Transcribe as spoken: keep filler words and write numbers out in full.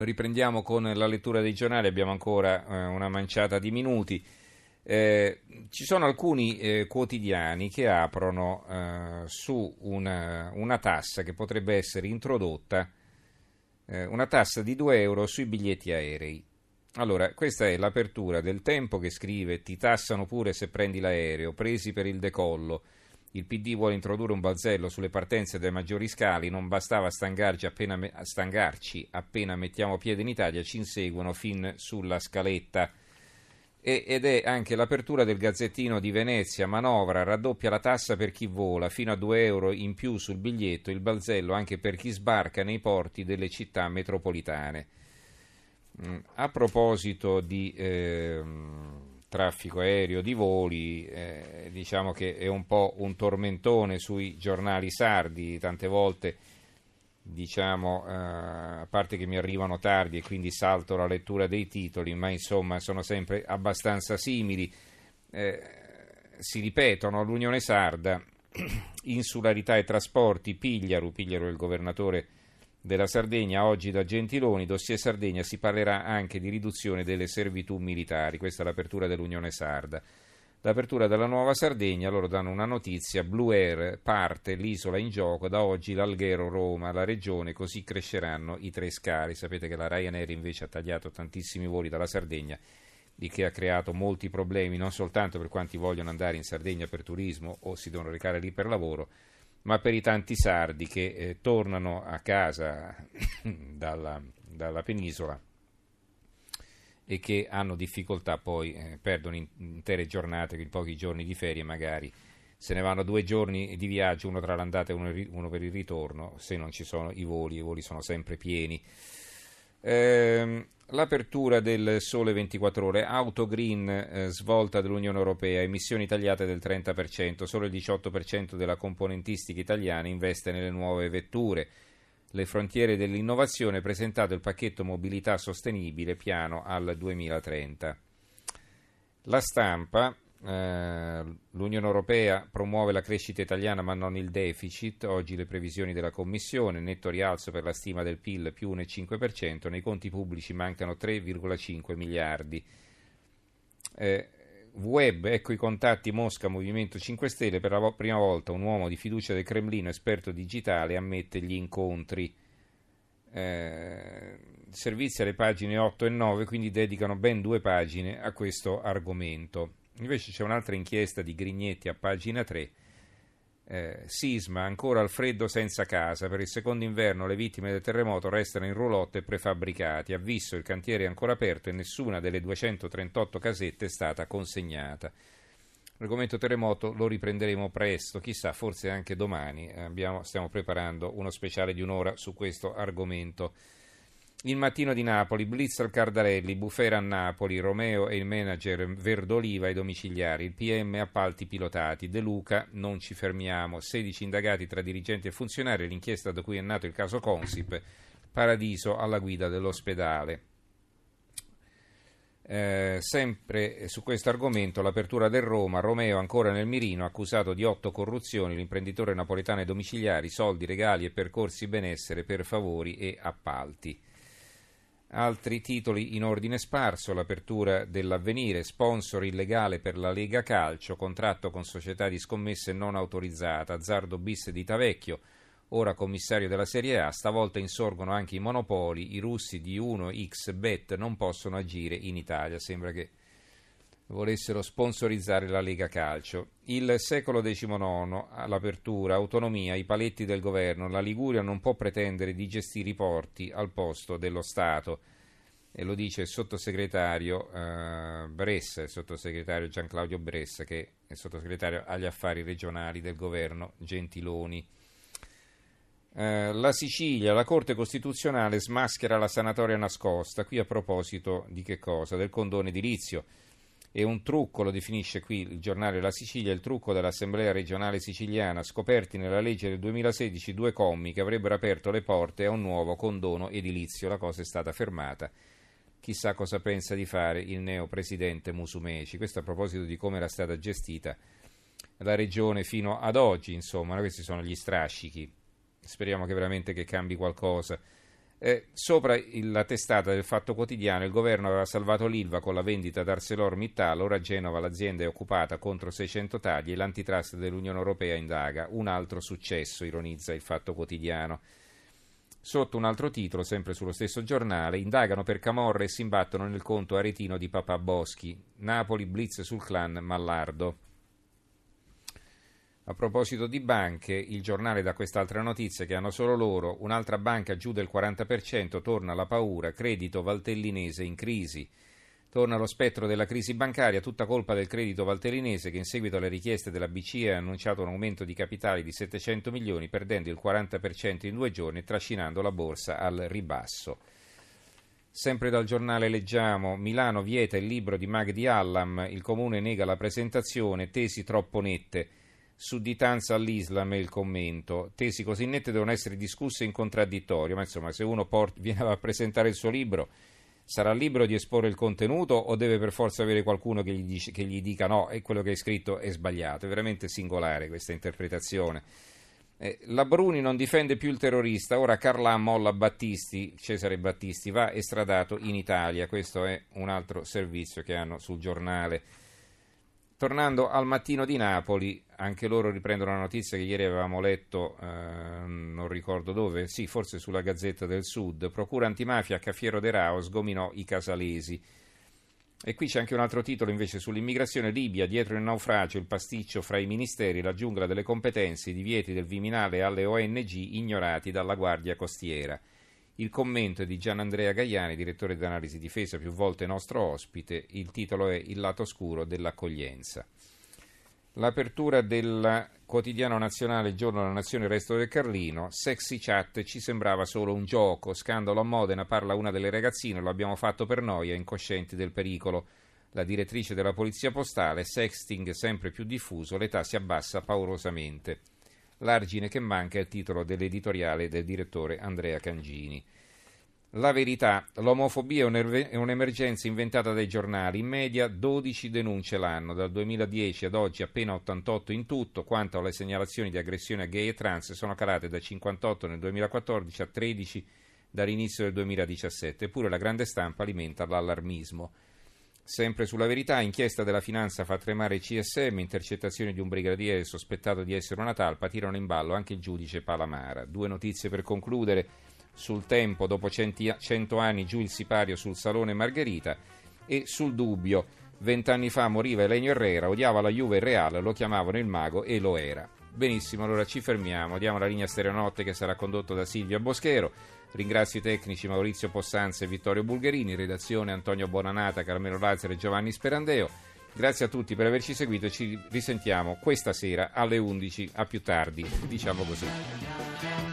Riprendiamo con la lettura dei giornali, abbiamo ancora eh, una manciata di minuti. Eh, ci sono alcuni eh, quotidiani che aprono eh, su una, una tassa che potrebbe essere introdotta, eh, una tassa di due euro sui biglietti aerei. Allora, questa è l'apertura del Tempo che scrive: ti tassano pure se prendi l'aereo, presi per il decollo. Il P D vuole introdurre un balzello sulle partenze dai maggiori scali, non bastava stangarci appena, stangarci appena mettiamo piede in Italia, ci inseguono fin sulla scaletta. E, ed è anche l'apertura del Gazzettino di Venezia: manovra, raddoppia la tassa per chi vola, fino a due euro in più sul biglietto, il balzello anche per chi sbarca nei porti delle città metropolitane. A proposito di... Ehm, traffico aereo, di voli, eh, diciamo che è un po' un tormentone sui giornali sardi, tante volte diciamo, eh, a parte che mi arrivano tardi e quindi salto la lettura dei titoli, ma insomma sono sempre abbastanza simili, eh, si ripetono. L'Unione Sarda, insularità e trasporti, Pigliaru, Pigliaru è il governatore della Sardegna, oggi da Gentiloni, dossier Sardegna, si parlerà anche di riduzione delle servitù militari. Questa è l'apertura dell'Unione Sarda. L'apertura della Nuova Sardegna, loro danno una notizia: Blue Air parte, l'isola in gioco, da oggi l'Alghero, Roma, la regione, così cresceranno i tre scali. Sapete che la Ryanair invece ha tagliato tantissimi voli dalla Sardegna, il che ha creato molti problemi non soltanto per quanti vogliono andare in Sardegna per turismo o si devono recare lì per lavoro, ma per i tanti sardi che eh, tornano a casa dalla, dalla penisola e che hanno difficoltà, poi eh, perdono in, intere giornate, in pochi giorni di ferie magari, se ne vanno due giorni di viaggio, uno tra l'andata e uno, uno per il ritorno, se non ci sono i voli, i voli sono sempre pieni. Ehm, l'apertura del Sole ventiquattro Ore: auto green, eh, svolta dell'Unione Europea, emissioni tagliate del trenta per cento, solo il diciotto per cento della componentistica italiana investe nelle nuove vetture. Le frontiere dell'innovazione, presentato il pacchetto mobilità sostenibile, piano al duemilatrenta. La Stampa: eh, l'Unione Europea promuove la crescita italiana ma non il deficit, oggi le previsioni della Commissione, netto rialzo per la stima del P I L più uno virgola cinque per cento, nei conti pubblici mancano tre virgola cinque miliardi. Eh, Web, ecco i contatti Mosca Movimento cinque Stelle, per la vo- prima volta un uomo di fiducia del Cremlino, esperto digitale, ammette gli incontri. Eh, servizi alle pagine otto e nove, quindi dedicano ben due pagine a questo argomento. Invece c'è un'altra inchiesta di Grignetti a pagina tre. Eh, sisma, ancora al freddo senza casa, per il secondo inverno le vittime del terremoto restano in roulotte e prefabbricati, avviso il cantiere è ancora aperto e nessuna delle duecentotrentotto casette è stata consegnata. L'argomento terremoto lo riprenderemo presto, chissà, forse anche domani. Abbiamo, stiamo preparando uno speciale di un'ora su questo argomento. Il Mattino di Napoli: blitz al Cardarelli, bufera a Napoli, Romeo e il manager Verdoliva ai domiciliari, il P M appalti pilotati, De Luca, non ci fermiamo, sedici indagati tra dirigenti e funzionari, l'inchiesta da cui è nato il caso Consip, Paradiso alla guida dell'ospedale. Eh, sempre su questo argomento l'apertura del Roma: Romeo ancora nel mirino, accusato di otto corruzioni, l'imprenditore napoletano ai domiciliari, soldi, regali e percorsi benessere per favori e appalti. Altri titoli in ordine sparso: l'apertura dell'Avvenire, sponsor illegale per la Lega Calcio, contratto con società di scommesse non autorizzata, azzardo bis di Tavecchio, ora commissario della Serie A, stavolta insorgono anche i monopoli, i russi di uno x bet non possono agire in Italia, sembra che volessero sponsorizzare la Lega Calcio. Il Secolo diciannove, all'apertura, autonomia, i paletti del governo, la Liguria non può pretendere di gestire i porti al posto dello Stato, e lo dice il sottosegretario eh, Bressa, il sottosegretario Gian Claudio Bressa, che è il sottosegretario agli affari regionali del governo Gentiloni. Eh, la Sicilia, la Corte Costituzionale smaschera la sanatoria nascosta, qui a proposito di che cosa? Del condono edilizio. È un trucco, lo definisce qui il giornale La Sicilia, il trucco dell'Assemblea regionale siciliana, scoperti nella legge del duemilasedici due commi che avrebbero aperto le porte a un nuovo condono edilizio. La cosa è stata fermata. Chissà cosa pensa di fare il neopresidente Musumeci. Questo a proposito di come era stata gestita la regione fino ad oggi, insomma, questi sono gli strascichi. Speriamo che veramente che cambi qualcosa. Eh, sopra il- la testata del Fatto Quotidiano, il governo aveva salvato l'Ilva con la vendita d'ArcelorMittal, ora a Genova l'azienda è occupata contro seicento tagli e l'antitrust dell'Unione Europea indaga. Un altro successo, ironizza il Fatto Quotidiano. Sotto un altro titolo, sempre sullo stesso giornale, indagano per camorra e si imbattono nel conto aretino di Papà Boschi. Napoli, blitz sul clan Mallardo. A proposito di banche, il giornale dà quest'altra notizia che hanno solo loro: un'altra banca giù del quaranta per cento, torna la paura, credito valtellinese in crisi. Torna lo spettro della crisi bancaria, tutta colpa del credito valtellinese che in seguito alle richieste della B C E ha annunciato un aumento di capitali di settecento milioni, perdendo il quaranta per cento in due giorni e trascinando la borsa al ribasso. Sempre dal giornale leggiamo: Milano vieta il libro di Magdi Allam, il comune nega la presentazione, tesi troppo nette. Sudditanza all'Islam è il commento. Tesi così nette devono essere discusse in contraddittorio, ma insomma, se uno port- viene a presentare il suo libro, sarà libero di esporre il contenuto o deve per forza avere qualcuno che gli, dice, che gli dica no, e quello che hai scritto è sbagliato? È veramente singolare questa interpretazione. Eh, la Bruni non difende più il terrorista, ora Carlà molla Battisti, Cesare Battisti va estradato in Italia. Questo è un altro servizio che hanno sul giornale. Tornando al Mattino di Napoli, anche loro riprendono la notizia che ieri avevamo letto, eh, non ricordo dove, sì, forse sulla Gazzetta del Sud. Procura antimafia a Cafiero de Rao sgominò i casalesi. E qui c'è anche un altro titolo invece sull'immigrazione. Libia, dietro il naufragio, il pasticcio fra i ministeri, la giungla delle competenze, i divieti del Viminale alle O N G ignorati dalla Guardia Costiera. Il commento è di Gianandrea Gaiani, direttore di analisi difesa, più volte nostro ospite. Il titolo è Il lato oscuro dell'accoglienza. L'apertura del quotidiano nazionale Giorno della Nazione, il Resto del Carlino. Sexy chat ci sembrava solo un gioco. Scandalo a Modena, parla una delle ragazzine, lo abbiamo fatto per noi, è incoscienti del pericolo. La direttrice della polizia postale, sexting sempre più diffuso, l'età si abbassa paurosamente. L'argine che manca è il titolo dell'editoriale del direttore Andrea Cangini. La verità, l'omofobia è un'emergenza inventata dai giornali, in media dodici denunce l'anno, dal duemiladieci ad oggi appena ottantotto in tutto. Quanto alle segnalazioni di aggressione a gay e trans sono calate da cinquantotto nel duemilaquattordici a tredici dall'inizio del duemiladiciassette, eppure la grande stampa alimenta l'allarmismo. Sempre sulla verità, inchiesta della finanza fa tremare il C S M, intercettazioni di un brigadiere sospettato di essere una talpa, tirano in ballo anche il giudice Palamara. Due notizie per concludere. Sul Tempo, dopo cento anni giù il sipario sul Salone Margherita, e sul Dubbio, vent'anni fa moriva Elenio Herrera, odiava la Juve e il Real, lo chiamavano il mago e lo era. Benissimo, allora ci fermiamo, diamo la linea Stereonotte che sarà condotto da Silvia Boschero. Ringrazio i tecnici Maurizio Possanza e Vittorio Bulgherini, redazione Antonio Bonanata, Carmelo Lazzaro e Giovanni Sperandeo. Grazie a tutti per averci seguito e ci risentiamo questa sera alle undici, a più tardi, diciamo così.